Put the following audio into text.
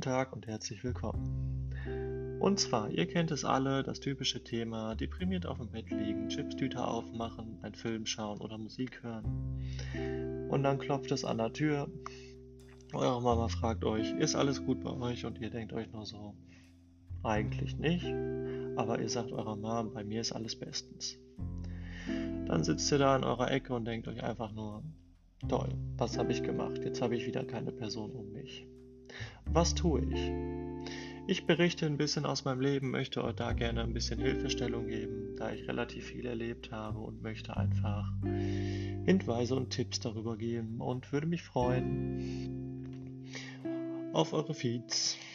Guten Tag und herzlich willkommen. Und zwar, ihr kennt es alle, das typische Thema, deprimiert auf dem Bett liegen, Chipstüte aufmachen, einen Film schauen oder Musik hören. Und dann klopft es an der Tür. Eure Mama fragt euch, ist alles gut bei euch? Und ihr denkt euch nur so, eigentlich nicht. Aber ihr sagt eurer Mom, bei mir ist alles bestens. Dann sitzt ihr da in eurer Ecke und denkt euch einfach nur, toll, was habe ich gemacht? Jetzt habe ich wieder keine Person um mich. Was tue ich? Ich berichte ein bisschen aus meinem Leben, möchte euch da gerne ein bisschen Hilfestellung geben, da ich relativ viel erlebt habe und möchte einfach Hinweise und Tipps darüber geben und würde mich freuen auf eure Feeds.